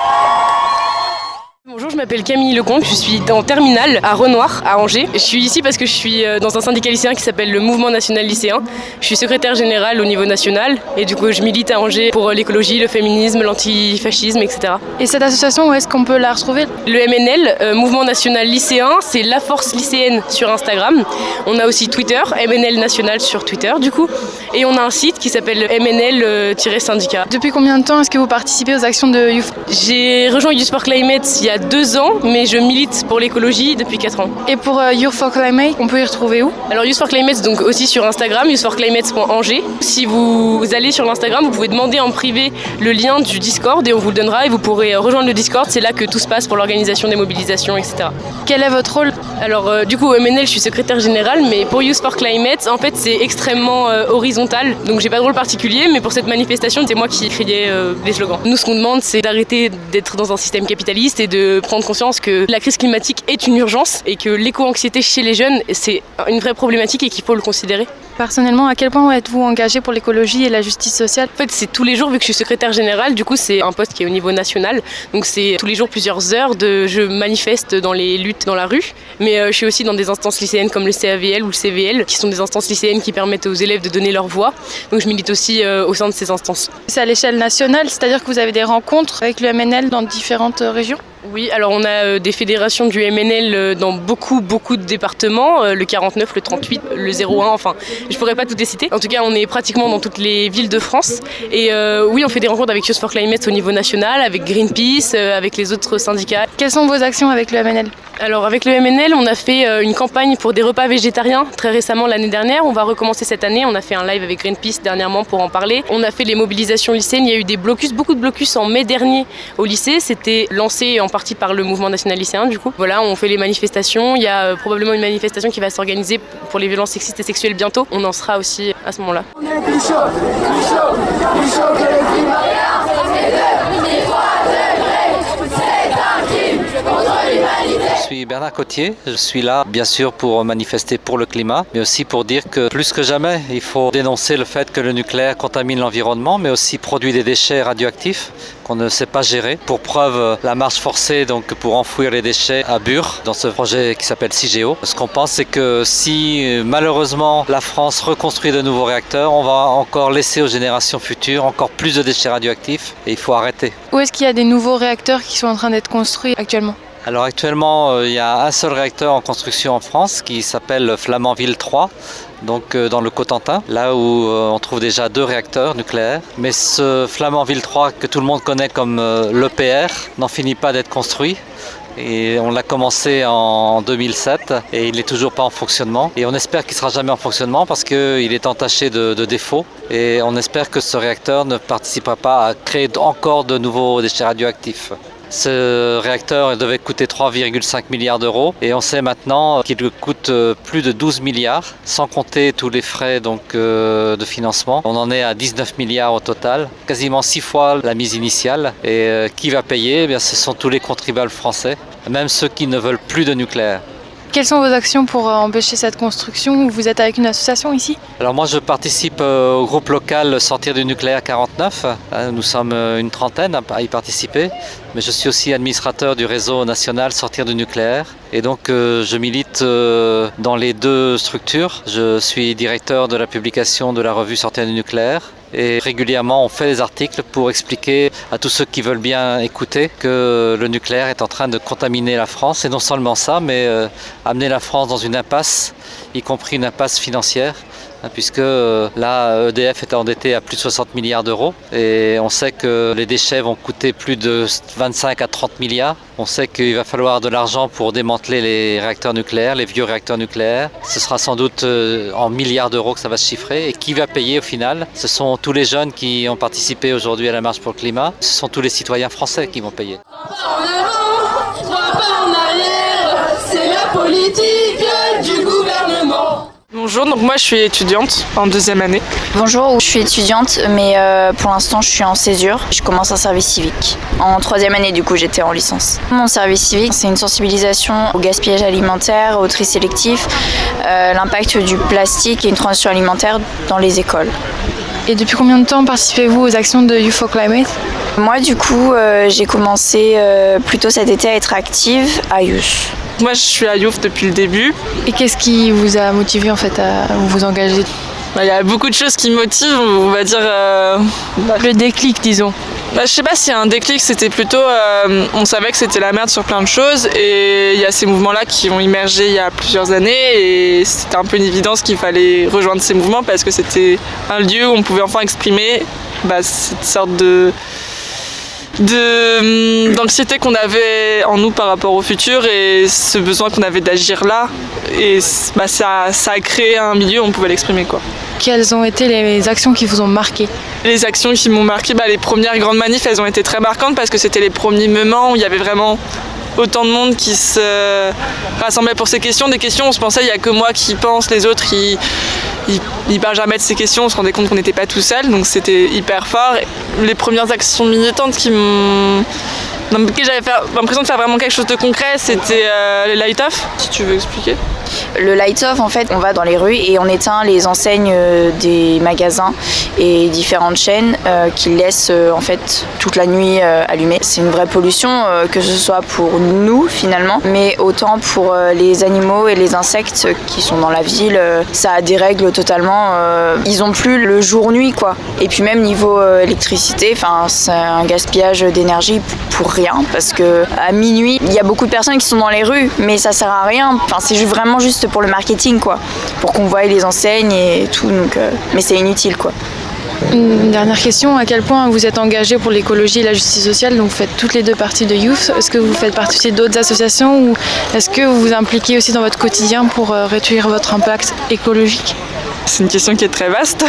Bonjour, je m'appelle Camille Lecomte, je suis en terminale à Renoir, à Angers. Je suis ici parce que je suis dans un syndicat lycéen qui s'appelle le Mouvement National Lycéen. Je suis secrétaire générale au niveau national et du coup je milite à Angers pour l'écologie, le féminisme, l'antifascisme, et cetera. Et cette association, où est-ce qu'on peut la retrouver ? Le M N L, euh, Mouvement National Lycéen, c'est la force lycéenne sur Instagram. On a aussi Twitter, M N L National sur Twitter du coup. Et on a un site qui s'appelle M N L-syndicat. Depuis combien de temps est-ce que vous participez aux actions de Youth ? J'ai rejoint Youth for Climate il y a deux ans, mais je milite pour l'écologie depuis quatre ans. Et pour euh, Youth for Climate, on peut y retrouver où ? Alors Youth for Climate, donc aussi sur Instagram, youth for climate point angers. Si vous allez sur l'Instagram, vous pouvez demander en privé le lien du Discord et on vous le donnera et vous pourrez rejoindre le Discord. C'est là que tout se passe pour l'organisation des mobilisations, et cetera. Quel est votre rôle ? Alors euh, du coup au M N L, je suis secrétaire générale, mais pour Youth for Climate, en fait c'est extrêmement euh, horizontal. Donc j'ai pas de rôle particulier, mais pour cette manifestation, c'est moi qui criais euh, les slogans. Nous, ce qu'on demande, c'est d'arrêter d'être dans un système capitaliste et de prendre conscience que la crise climatique est une urgence et que l'éco-anxiété chez les jeunes, c'est une vraie problématique et qu'il faut le considérer. Personnellement, à quel point êtes-vous engagé pour l'écologie et la justice sociale ? En fait, c'est tous les jours, vu que je suis secrétaire générale, du coup, c'est un poste qui est au niveau national. Donc, c'est tous les jours plusieurs heures de je manifeste dans les luttes dans la rue. Mais euh, je suis aussi dans des instances lycéennes comme le C A V L ou le C V L, qui sont des instances lycéennes qui permettent aux élèves de donner leur voix. Donc, je milite aussi euh, au sein de ces instances. C'est à l'échelle nationale, c'est-à-dire que vous avez des rencontres avec le M N L dans différentes régions ? Oui, alors on a des fédérations du M N L dans beaucoup, beaucoup de départements, le quarante-neuf, le trente-huit, le zéro un, enfin, je pourrais pas toutes les citer. En tout cas, on est pratiquement dans toutes les villes de France. Et euh, oui, on fait des rencontres avec Youth for Climate au niveau national, avec Greenpeace, avec les autres syndicats. Quelles sont vos actions avec le M N L ? Alors avec le M N L, on a fait une campagne pour des repas végétariens très récemment l'année dernière. On va recommencer cette année. On a fait un live avec Greenpeace dernièrement pour en parler. On a fait les mobilisations lycéennes. Il y a eu des blocus, beaucoup de blocus en mai dernier au lycée. C'était lancé en partie par le mouvement national lycéen du coup. Voilà, on fait les manifestations. Il y a probablement une manifestation qui va s'organiser pour les violences sexistes et sexuelles bientôt. On en sera aussi à ce moment-là. On est plus chaud, plus chaud, plus chaud que le climat. Je suis Bernard Cotier, je suis là bien sûr pour manifester pour le climat, mais aussi pour dire que plus que jamais, il faut dénoncer le fait que le nucléaire contamine l'environnement, mais aussi produit des déchets radioactifs qu'on ne sait pas gérer. Pour preuve, la marche forcée donc pour enfouir les déchets à Bure, dans ce projet qui s'appelle CIGEO. Ce qu'on pense, c'est que si malheureusement la France reconstruit de nouveaux réacteurs, on va encore laisser aux générations futures encore plus de déchets radioactifs et il faut arrêter. Où est-ce qu'il y a des nouveaux réacteurs qui sont en train d'être construits actuellement ? Alors actuellement, euh, il y a un seul réacteur en construction en France qui s'appelle Flamanville trois, donc euh, dans le Cotentin, là où euh, on trouve déjà deux réacteurs nucléaires. Mais ce Flamanville trois que tout le monde connaît comme euh, l'E P R n'en finit pas d'être construit. Et on l'a commencé en deux mille sept et il n'est toujours pas en fonctionnement. Et on espère qu'il ne sera jamais en fonctionnement parce qu'il est entaché de, de défauts. Et on espère que ce réacteur ne participera pas à créer encore de nouveaux déchets radioactifs. Ce réacteur devait coûter trois virgule cinq milliards d'euros et on sait maintenant qu'il coûte plus de douze milliards, sans compter tous les frais donc, euh, de financement. On en est à dix-neuf milliards au total, quasiment six fois la mise initiale. Et euh, qui va payer ? Eh bien, ce sont tous les contribuables français, même ceux qui ne veulent plus de nucléaire. Quelles sont vos actions pour empêcher cette construction ? Vous êtes avec une association ici ? Alors moi je participe au groupe local Sortir du nucléaire quarante-neuf. Nous sommes une trentaine à y participer. Mais je suis aussi administrateur du réseau national Sortir du nucléaire. Et donc euh, je milite euh, dans les deux structures. Je suis directeur de la publication de la revue Sortir du nucléaire. Et régulièrement, on fait des articles pour expliquer à tous ceux qui veulent bien écouter que le nucléaire est en train de contaminer la France. Et non seulement ça, mais euh, amener la France dans une impasse, y compris une impasse financière, puisque euh, là, E D F est endetté à plus de soixante milliards d'euros et on sait que les déchets vont coûter plus de vingt-cinq à trente milliards. On sait qu'il va falloir de l'argent pour démanteler les réacteurs nucléaires, les vieux réacteurs nucléaires. Ce sera sans doute euh, en milliards d'euros que ça va se chiffrer. Et qui va payer au final? Ce sont tous les jeunes qui ont participé aujourd'hui à la marche pour le climat. Ce sont tous les citoyens français qui vont payer. En avant, trois pas en arrière, c'est la politique du gouvernement. Bonjour, donc moi je suis étudiante en deuxième année. Bonjour, je suis étudiante mais euh, pour l'instant je suis en césure. Je commence un service civique. En troisième année du coup j'étais en licence. Mon service civique c'est une sensibilisation au gaspillage alimentaire, au tri sélectif, euh, l'impact du plastique et une transition alimentaire dans les écoles. Et depuis combien de temps participez-vous aux actions de Youth for Climate ? Moi du coup euh, j'ai commencé euh, plutôt cet été à être active à Youth. Moi je suis à Youth depuis le début. Et qu'est-ce qui vous a motivé en fait à vous engager ? Il y a beaucoup de choses qui me motivent, on va dire... Euh... Le déclic disons. Bah, je sais pas s'il y a un déclic, c'était plutôt... Euh, on savait que c'était la merde sur plein de choses et il y a ces mouvements-là qui ont émergé il y a plusieurs années et c'était un peu une évidence qu'il fallait rejoindre ces mouvements parce que c'était un lieu où on pouvait enfin exprimer bah, cette sorte de... De, d'anxiété qu'on avait en nous par rapport au futur et ce besoin qu'on avait d'agir là. Et bah, ça, ça a créé un milieu où on pouvait l'exprimer, quoi. Quelles ont été les actions qui vous ont marqué ? Les actions qui m'ont marqué, bah, les premières grandes manifs, elles ont été très marquantes parce que c'était les premiers moments où il y avait vraiment autant de monde qui se rassemblait pour ces questions. Des questions, on se pensait, il n'y a que moi qui pense, les autres, ils... il ne parle jamais de ces questions, on se rendait compte qu'on n'était pas tout seul, donc c'était hyper fort. Les premières actions militantes qui m'ont... dans lesquelles j'avais l'impression de faire vraiment quelque chose de concret, c'était euh, les light-off, si tu veux expliquer. Le light-off, en fait, on va dans les rues et on éteint les enseignes des magasins et différentes chaînes euh, qui laissent euh, en fait toute la nuit euh, allumées. C'est une vraie pollution, euh, que ce soit pour nous finalement, mais autant pour euh, les animaux et les insectes qui sont dans la ville. Euh, ça dérègle totalement. Euh, ils ont plus le jour-nuit, quoi. Et puis même niveau euh, électricité, enfin c'est un gaspillage d'énergie pour rien parce que à minuit, il y a beaucoup de personnes qui sont dans les rues, mais ça sert à rien. Enfin c'est vraiment juste pour le marketing, quoi, pour qu'on voie les enseignes et tout, donc, euh, mais c'est inutile, quoi. Une dernière question, à quel point vous êtes engagés pour l'écologie et la justice sociale? Donc vous faites toutes les deux parties de Youth. Est-ce que vous faites partie d'autres associations ou est-ce que vous vous impliquez aussi dans votre quotidien pour euh, réduire votre impact écologique? C'est une question qui est très vaste.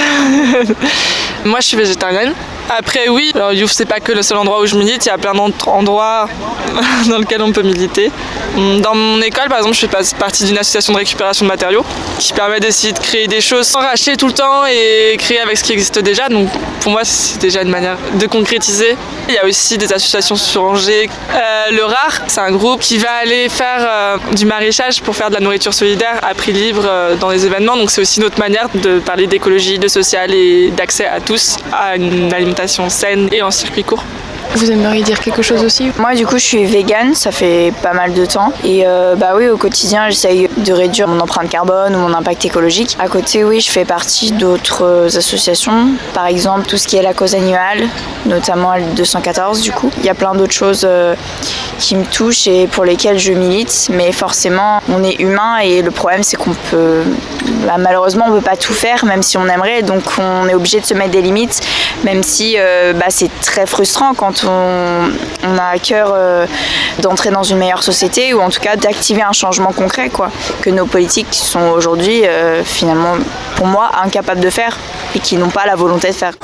Moi je suis végétarienne. Après oui, alors Youth c'est pas que le seul endroit où je milite, il y a plein d'autres endroits dans lesquels on peut militer. Dans mon école par exemple, je fais partie d'une association de récupération de matériaux qui permet d'essayer de créer des choses sans racheter tout le temps et créer avec ce qui existe déjà. Donc pour moi c'est déjà une manière de concrétiser. Il y a aussi des associations sur Angers. Euh, le RAR, c'est un groupe qui va aller faire euh, du maraîchage pour faire de la nourriture solidaire à prix libre euh, dans les événements. Donc c'est aussi une autre manière de parler d'écologie, de social et d'accès à tous à une alimentation saine et en circuit court. Vous aimeriez dire quelque chose aussi? Moi du coup je suis végane, ça fait pas mal de temps et euh, bah oui au quotidien j'essaye de réduire mon empreinte carbone ou mon impact écologique. À côté oui je fais partie d'autres associations, par exemple tout ce qui est la cause animale, notamment L deux cent quatorze du coup. Il y a plein d'autres choses euh, qui me touchent et pour lesquelles je milite, mais forcément on est humain et le problème c'est qu'on peut, bah, malheureusement on peut pas tout faire même si on aimerait, donc on est obligé de se mettre des limites même si euh, bah, c'est très frustrant quand On, on a à cœur euh, d'entrer dans une meilleure société ou en tout cas d'activer un changement concret, quoi, que nos politiques sont aujourd'hui euh, finalement pour moi incapables de faire et qui n'ont pas la volonté de faire.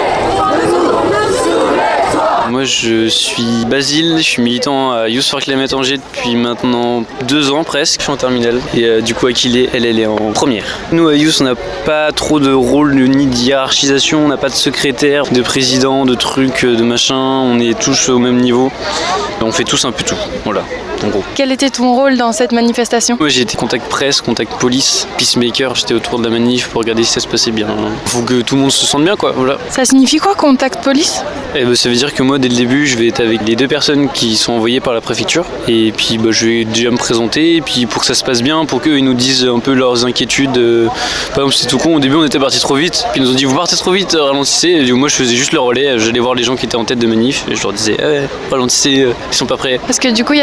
Moi je suis Basile, je suis militant à Youth for Climate Angers depuis maintenant deux ans presque, je suis en terminale et euh, du coup Akilé, elle, elle est en première. Nous à Youth on n'a pas trop de rôle ni de hiérarchisation, on n'a pas de secrétaire, de président, de trucs, de machin, on est tous au même niveau, on fait tous un peu tout, voilà. En gros. Quel était ton rôle dans cette manifestation? Moi j'ai été contact presse, contact police, peacemaker, j'étais autour de la manif pour regarder si ça se passait bien. Faut que tout le monde se sente bien, quoi, voilà. Ça signifie quoi contact police? Eh ben, ça veut dire que moi dès le début je vais être avec les deux personnes qui sont envoyées par la préfecture et puis bah, je vais déjà me présenter et puis pour que ça se passe bien, pour qu'eux ils nous disent un peu leurs inquiétudes. Euh, par exemple c'est tout con, au début on était parti trop vite, puis ils nous ont dit vous partez trop vite, ralentissez, et moi je faisais juste le relais, j'allais voir les gens qui étaient en tête de manif et je leur disais eh, ralentissez, ils sont pas prêts. Parce que du coup il y a des personnes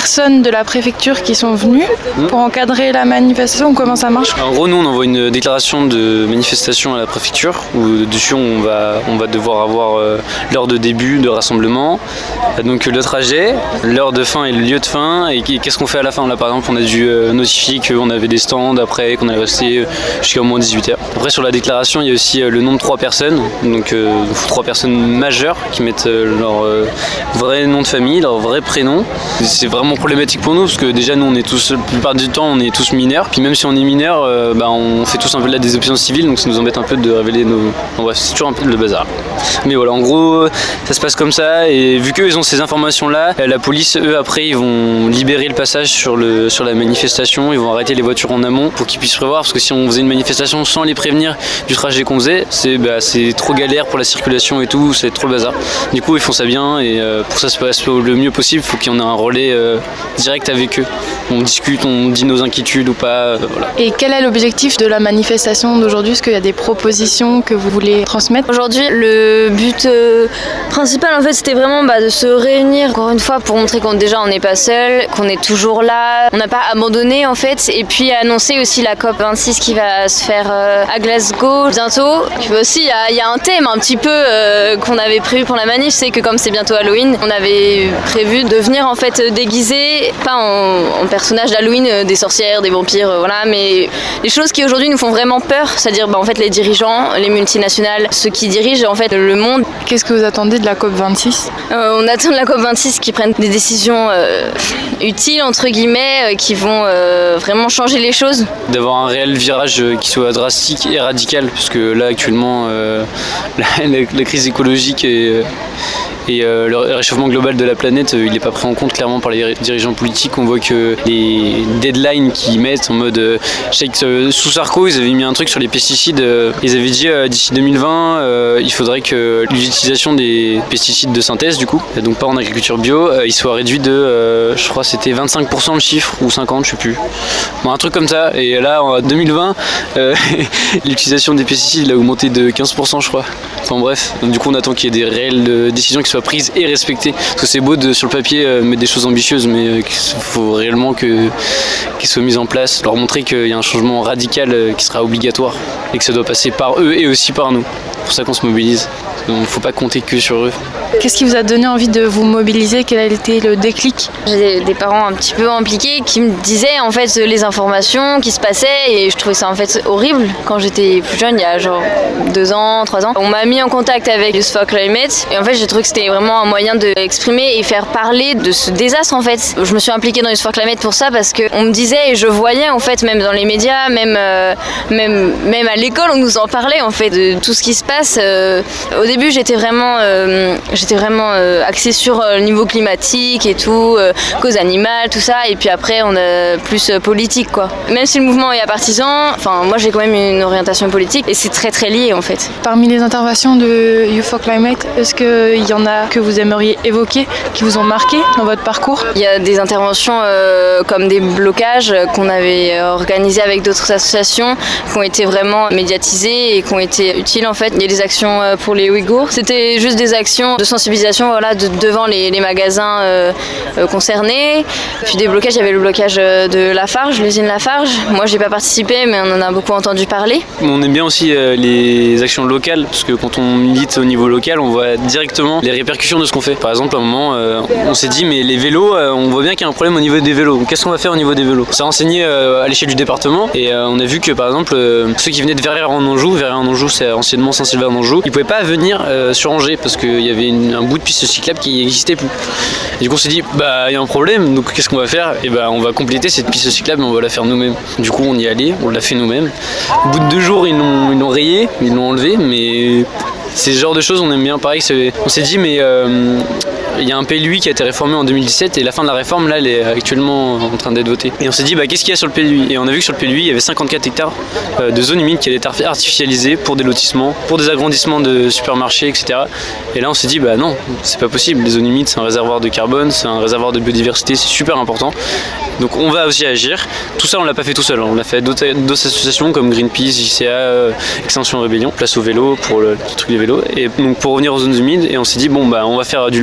personnes de la préfecture qui sont venues mmh. pour encadrer la manifestation ou comment ça marche? En gros, nous on envoie une déclaration de manifestation à la préfecture où dessus on va, on va devoir avoir euh, l'heure de début de rassemblement, donc le trajet, l'heure de fin et le lieu de fin et qu'est-ce qu'on fait à la fin. Là par exemple on a dû euh, notifier qu'on avait des stands après, qu'on allait rester jusqu'à au moins dix-huit heures. Après sur la déclaration il y a aussi euh, le nom de trois personnes, donc euh, trois personnes majeures qui mettent euh, leur euh, vrai nom de famille, leur vrai prénom. C'est vraiment problématique pour nous parce que déjà nous on est tous, la plupart du temps on est tous mineurs, puis même si on est mineurs, euh, bah, on fait tous un peu de la désobéissance civile, donc ça nous embête un peu de révéler nos... Bon, bref, c'est toujours un peu le bazar. Mais voilà, en gros ça se passe comme ça et vu qu'eux ils ont ces informations là, la police eux après ils vont libérer le passage sur, le, sur la manifestation, ils vont arrêter les voitures en amont pour qu'ils puissent prévoir, parce que si on faisait une manifestation sans les prévenir du trajet qu'on faisait, c'est, bah, c'est trop galère pour la circulation et tout, c'est trop le bazar. Du coup ils font ça bien et euh, pour que ça se passe le mieux possible, il faut qu'il y en ait un relais euh, direct avec eux. On discute, on dit nos inquiétudes ou pas, euh, voilà. Et quel est l'objectif de la manifestation d'aujourd'hui? Est-ce qu'il y a des propositions que vous voulez transmettre? Aujourd'hui, le but euh, principal en fait c'était vraiment bah, de se réunir encore une fois pour montrer qu'on déjà on n'est pas seul, qu'on est toujours là, on n'a pas abandonné en fait, et puis annoncer aussi la COP vingt-six qui va se faire euh, à Glasgow bientôt. Puis aussi il y, y a un thème un petit peu euh, qu'on avait prévu pour la manif, c'est que comme c'est bientôt Halloween, on avait prévu de venir en fait déguiser, pas en, en personnage d'Halloween, euh, des sorcières, des vampires, euh, voilà, mais les choses qui aujourd'hui nous font vraiment peur, c'est-à-dire bah, en fait les dirigeants, les multinationales, ceux qui dirigent en fait le monde. Qu'est-ce que vous attendez de la COP vingt-six? euh, On attend de la COP vingt-six qu'ils prennent des décisions euh, utiles entre guillemets, euh, qui vont euh, vraiment changer les choses. D'avoir un réel virage euh, qui soit drastique et radical, parce que là actuellement euh, la, la, la crise écologique et euh, Et euh, le réchauffement global de la planète, euh, il n'est pas pris en compte clairement par les dirigeants politiques. On voit que les deadlines qu'ils mettent en mode... Euh, je sais que euh, sous Sarko, ils avaient mis un truc sur les pesticides. Euh, ils avaient dit euh, d'ici deux mille vingt, euh, il faudrait que l'utilisation des pesticides de synthèse, du coup, donc pas en agriculture bio, euh, il soit réduit de, euh, je crois c'était vingt-cinq pour cent le chiffre, ou cinquante, je sais plus. Bon, un truc comme ça. Et là, en deux mille vingt, euh, l'utilisation des pesticides a augmenté de quinze pour cent, je crois. Enfin bref, donc, du coup on attend qu'il y ait des réelles euh, décisions qui soient prises et respectées. Parce que c'est beau de, sur le papier euh, mettre des choses ambitieuses, mais euh, il faut réellement que, qu'ils soient mises en place, leur montrer qu'il y a un changement radical euh, qui sera obligatoire et que ça doit passer par eux et aussi par nous. C'est pour ça qu'on se mobilise. Donc il ne faut pas compter que sur eux. Qu'est-ce qui vous a donné envie de vous mobiliser? Quel a été le déclic? J'ai des, des parents un petit peu impliqués qui me disaient en fait les informations qui se passaient et je trouvais ça en fait horrible quand j'étais plus jeune, il y a genre deux ans, trois ans. On m'a mis en contact avec Youth for Climate et en fait j'ai trouvé que c'était vraiment un moyen d'exprimer et faire parler de ce désastre en fait. Je me suis impliquée dans Youth for Climate pour ça parce qu'on me disait et je voyais en fait même dans les médias, même, euh, même, même à l'école on nous en parlait en fait de tout ce qui se passe. Euh, au début j'étais vraiment, euh, j'étais vraiment euh, axée sur le niveau climatique et tout, euh, cause animale, tout ça, et puis après on a plus euh, politique quoi. Même si le mouvement est partisan, enfin moi j'ai quand même une orientation politique et c'est très très lié en fait. Parmi les interventions de Youth for Climate, est-ce qu'il y en a que vous aimeriez évoquer, qui vous ont marqué dans votre parcours? Il y a des interventions euh, comme des blocages qu'on avait organisés avec d'autres associations, qui ont été vraiment médiatisées et qui ont été utiles en fait. Il y a des actions pour les Ouïghours, c'était juste des actions de sensibilisation voilà, de, devant les, les magasins euh, euh, concernés. Puis des blocages, il y avait le blocage de Lafarge, l'usine Lafarge. Moi j'ai pas participé mais on en a beaucoup entendu parler. On aime bien aussi euh, les actions locales parce que quand on milite au niveau local on voit directement les répercussions de ce qu'on fait. Par exemple à un moment euh, on s'est dit mais les vélos, euh, on voit bien qu'il y a un problème au niveau des vélos. Donc, qu'est-ce qu'on va faire au niveau des vélos? Ça a enseigné euh, à l'échelle du département et euh, on a vu que par exemple euh, ceux qui venaient de Verrières en Anjou, Verrières en Anjou c'est anciennement Saint-Sylvain en Anjou, ils pouvaient pas venir euh, sur Angers parce qu'il y avait une, un bout de piste cyclable qui n'existait plus. Et du coup on s'est dit bah il y a un problème, donc qu'est-ce qu'on va faire? Et bah on va compléter cette piste cyclable mais on va la faire nous-mêmes. Du coup on y est allé, on l'a fait nous-mêmes. Au bout de deux jours ils l'ont, ils l'ont rayé, ils l'ont enlevé, mais c'est ce genre de choses on aime bien. Pareil, c'est, on s'est dit mais euh, il y a un P L U I qui a été réformé en deux mille dix-sept et la fin de la réforme là elle est actuellement en train d'être votée. Et on s'est dit bah qu'est-ce qu'il y a sur le P L U I? Et on a vu que sur le P L U I il y avait cinquante-quatre hectares euh, de zones humides qui allaient être artificialisées pour des lotissements, pour des agrandissements de supermarchés, et cetera. Et là on s'est dit bah non, c'est pas possible, les zones humides c'est un réservoir de carbone, c'est un réservoir de biodiversité, c'est super important. Donc on va aussi agir. Tout ça on l'a pas fait tout seul, on l'a fait avec d'autres, d'autres associations comme Greenpeace, J C A, euh, Extinction Rébellion, Place au vélo pour le, le truc des vélos. Et donc pour revenir aux zones humides, et on s'est dit bon bah on va faire du lobbying,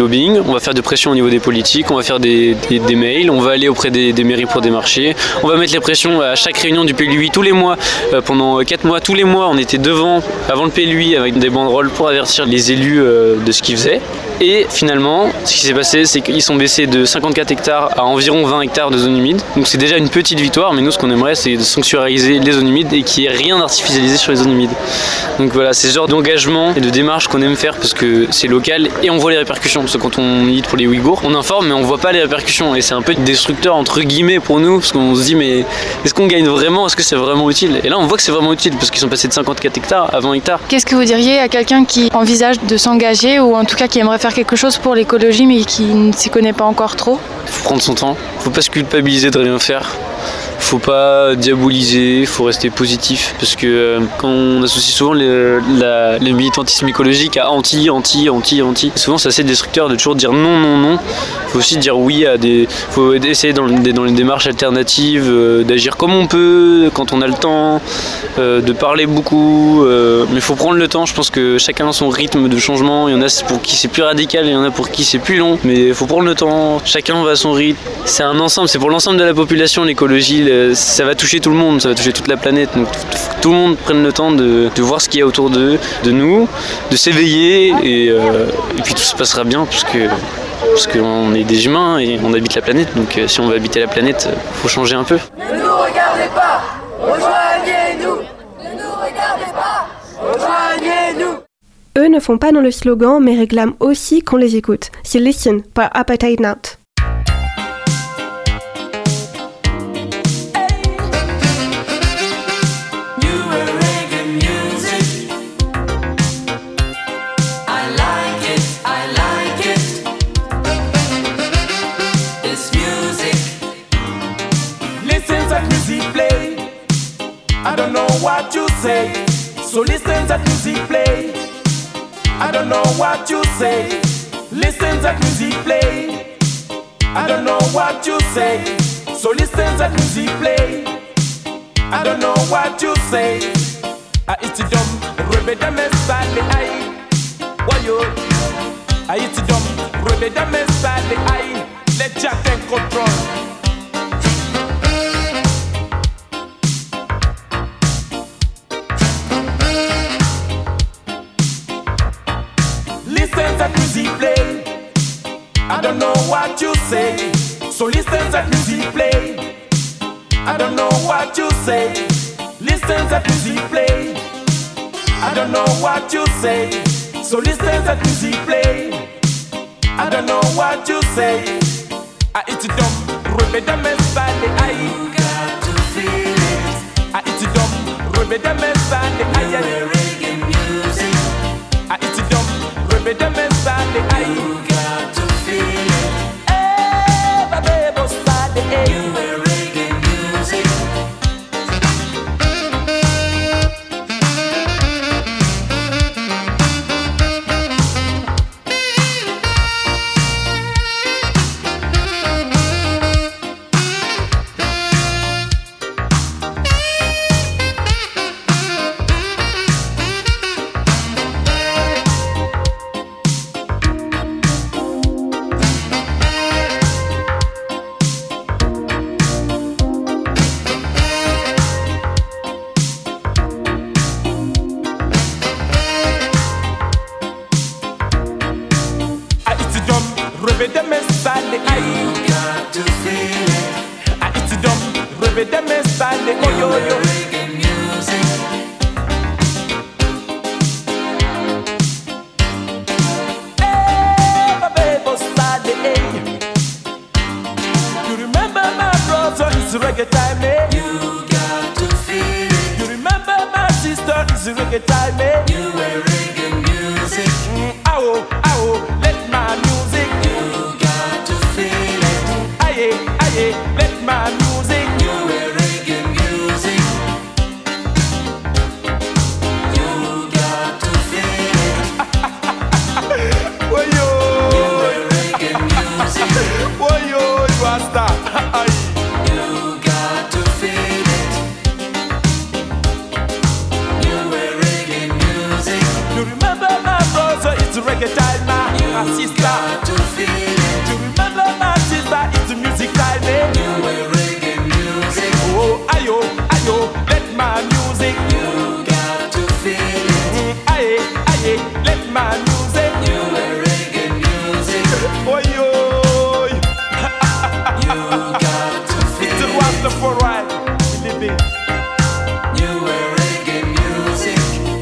on va faire des pressions au niveau des politiques, on va faire des, des, des mails, on va aller auprès des, des mairies pour démarcher, on va mettre les pressions à chaque réunion du P L U I tous les mois, euh, pendant quatre mois, tous les mois on était devant, avant le P L U I avec des banderoles pour avertir les élus euh, de ce qu'ils faisaient. Et finalement, ce qui s'est passé, c'est qu'ils sont baissés de cinquante-quatre hectares à environ vingt hectares de zones humides. Donc c'est déjà une petite victoire, mais nous ce qu'on aimerait c'est de sanctuariser les zones humides et qu'il n'y ait rien d'artificialisé sur les zones humides. Donc voilà, c'est ce genre d'engagement et de démarche qu'on aime faire parce que c'est local et on voit les répercussions. Parce que quand on milite pour les Ouïghours, on informe mais on voit pas les répercussions. Et c'est un peu destructeur entre guillemets pour nous parce qu'on se dit mais est-ce qu'on gagne vraiment? Est-ce que c'est vraiment utile? Et là on voit que c'est vraiment utile parce qu'ils sont passés de cinquante-quatre hectares à vingt hectares. Qu'est-ce que vous diriez à quelqu'un qui envisage de s'engager ou en tout cas qui aimerait faire quelque chose pour l'écologie mais qui ne s'y connaît pas encore trop? Faut prendre son temps, faut pas se culpabiliser de rien faire. Faut pas diaboliser, faut rester positif parce que euh, quand on associe souvent le, la, le militantisme écologique à anti, anti, anti, anti, souvent c'est assez destructeur de toujours dire non, non, non. Faut aussi dire oui à des, faut essayer dans, le, dans les démarches alternatives euh, d'agir comme on peut quand on a le temps, euh, de parler beaucoup, euh, mais faut prendre le temps. Je pense que chacun a son rythme de changement. Il y en a pour qui c'est plus radical, il y en a pour qui c'est plus long, mais faut prendre le temps. Chacun va à son rythme. C'est un ensemble, c'est pour l'ensemble de la population l'écologie. Ça va toucher tout le monde, ça va toucher toute la planète. Donc faut que tout le monde prenne le temps de, de voir ce qu'il y a autour d'eux, de nous, de s'éveiller et, euh, et puis tout se passera bien parce que parce qu'on est des humains et on habite la planète. Donc euh, si on veut habiter la planète, faut changer un peu. Ne nous regardez pas, rejoignez-nous. Ne nous regardez pas, rejoignez-nous. Eux ne font pas dans le slogan mais réclament aussi qu'on les écoute. C'est Listen par Appetite Not. I don't know what you say, so listen that music play. I don't know what you say, listen that music play. I don't know what you say, so listen that music play. I don't know what you say. I eat it dumb, rebe da mesale ai. Why you? I eat it dumb, rebe da mesale ai. Let Jack take control. Listen that music play. I don't know what you say, so listen that music play. I don't know what you say, listen that music play. I don't know what you say, so listen that music play. I don't know what you say. I eat it dumb, rebe da mesale ai. You got to feel it. I eat it dumb, rebe da mesale ai. Reggae music. I eat it dumb, rebe da mesale ai. You got to feel it. Eh, babebo stade ai. You were reggae music. my sister. To feel it. To remember my sister. It's the music timing. New way reggae music. Oh, ayo, ayo, let my music. You got to feel it. Aye, aye, let my music. New way reggae music. Oh, yo. You got to feel it. It's the Rastafari. We live in. New way reggae music.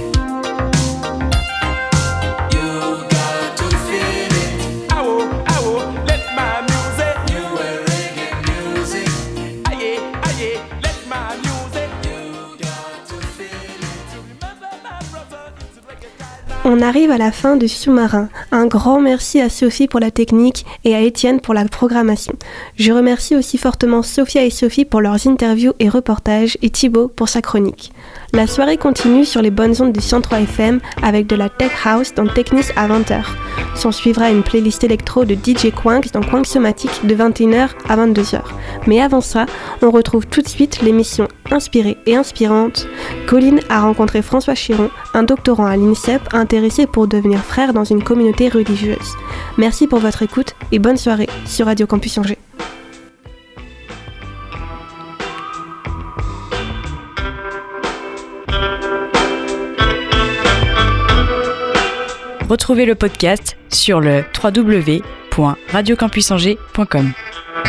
You got to feel it. Awo, awo, let my music. New way reggae music. Aye, aye, let my music. You got to feel it. Remember my brother, it's reggae time. On arrive à la fin de Sous-Marin. Un grand merci à Sophie pour la technique et à Étienne pour la programmation. Je remercie aussi fortement Sophia et Sophie pour leurs interviews et reportages et Thibaut pour sa chronique. La soirée continue sur les bonnes ondes du cent trois F M avec de la Tech House dans Technis à vingt heures. S'en suivra une playlist électro de D J Quanks dans Quank Somatique de vingt et une heures à vingt-deux heures. Mais avant ça, on retrouve tout de suite l'émission Inspirée et Inspirante. Colline a rencontré François Chiron, un doctorant à l'INSEP intéressé pour devenir frère dans une communauté religieuse. Merci pour votre écoute et bonne soirée sur Radio Campus Angers. Retrouvez le podcast sur le w w w point radio campus angers point com.